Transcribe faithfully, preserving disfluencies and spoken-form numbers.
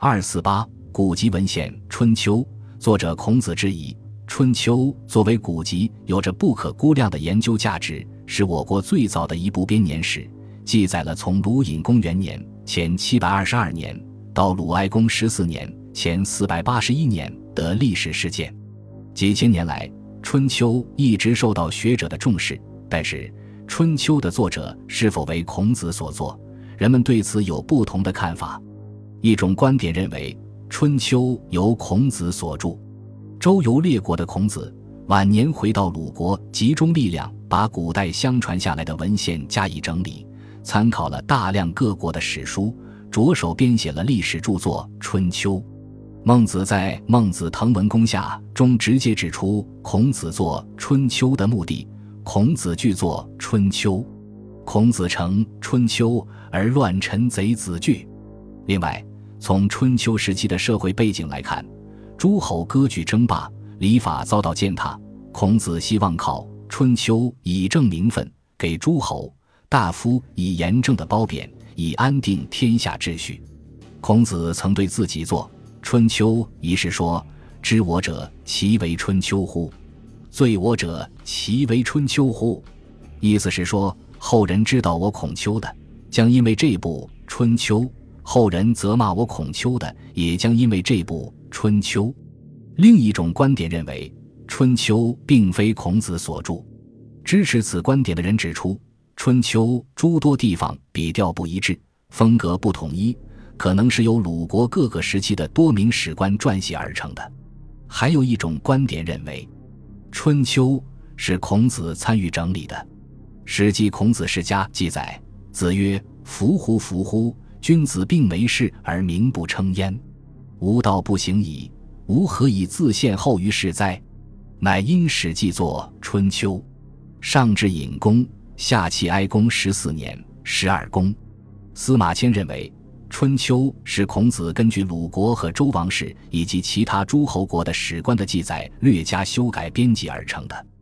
二四八古籍文献春秋，作者孔子之仪。春秋作为古籍，有着不可估量的研究价值，是我国最早的一部编年史，记载了从鲁隐公元年前七百二十二年到鲁哀公十四年前四百八十一年的历史事件。几千年来，春秋一直受到学者的重视，但是春秋的作者是否为孔子所作，人们对此有不同的看法。一种观点认为，春秋由孔子所著。周游列国的孔子晚年回到鲁国，集中力量把古代相传下来的文献加以整理，参考了大量各国的史书，着手编写了历史著作《春秋》。孟子在《孟子滕文公下》中直接指出孔子作《春秋》的目的。孔子具作《春秋》，孔子成《春秋》而乱臣贼子惧。另外，从春秋时期的社会背景来看，诸侯割据争霸，礼法遭到践踏，孔子希望靠《春秋》以正名分，给诸侯大夫以严正的褒贬，以安定天下秩序。孔子曾对自己作《春秋》一事说：知我者，其为春秋乎？罪我者，其为春秋乎？意思是说，后人知道我孔丘的，将因为这部《春秋》；后人责骂我孔丘的，也将因为这部《春秋》。另一种观点认为，《春秋》并非孔子所著。支持此观点的人指出，《春秋》诸多地方笔调不一致，风格不统一，可能是由鲁国各个时期的多名史官撰写而成的。还有一种观点认为，《春秋》是孔子参与整理的。《史记·孔子世家》记载，子曰：夫乎夫乎，君子并没事而名不称焉。吾道不行矣，吾何以自献后于世哉？乃因史记作《春秋》。上至隐公，下契哀公十四年，十二公。司马迁认为，《春秋》是孔子根据鲁国和周王室以及其他诸侯国的史官的记载略加修改编辑而成的。